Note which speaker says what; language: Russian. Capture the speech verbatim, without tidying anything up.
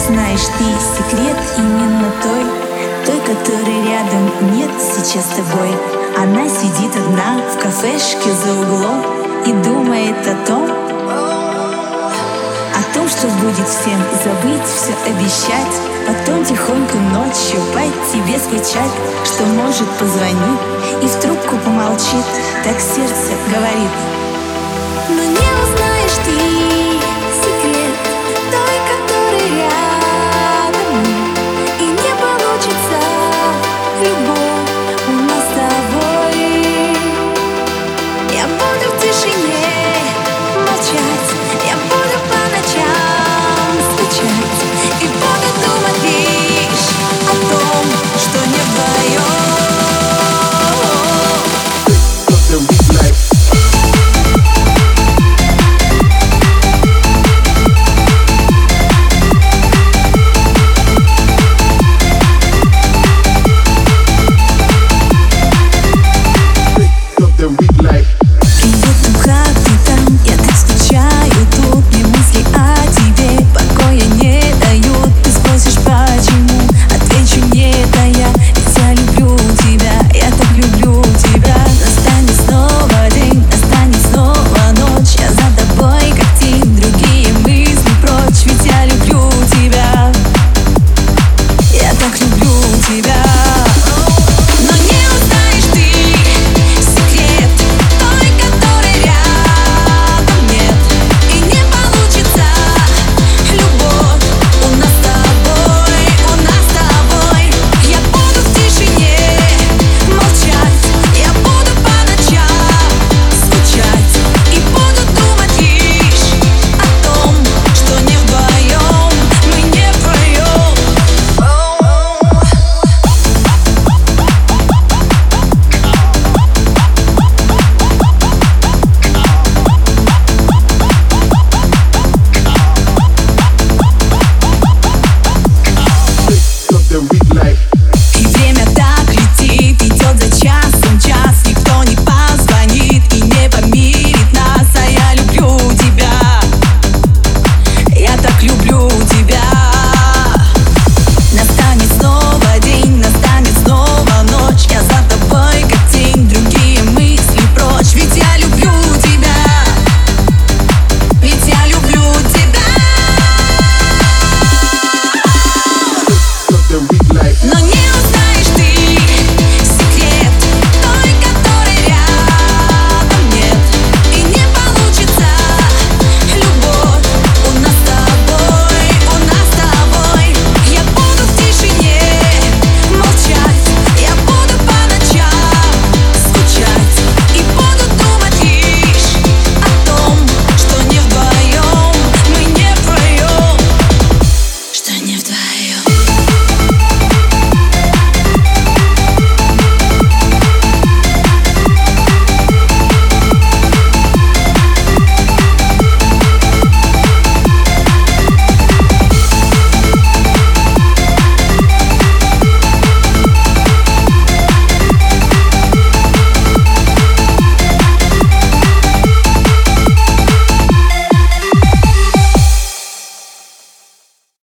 Speaker 1: знаешь ты секрет именно той, той, которой рядом нет сейчас с тобой. Она сидит одна в кафешке за углом и думает о том, о том, что будет всем забыть, все обещать, потом тихонько ночью по тебе скучать, что может позвонить и в трубку помолчит, так сердце говорит. Но не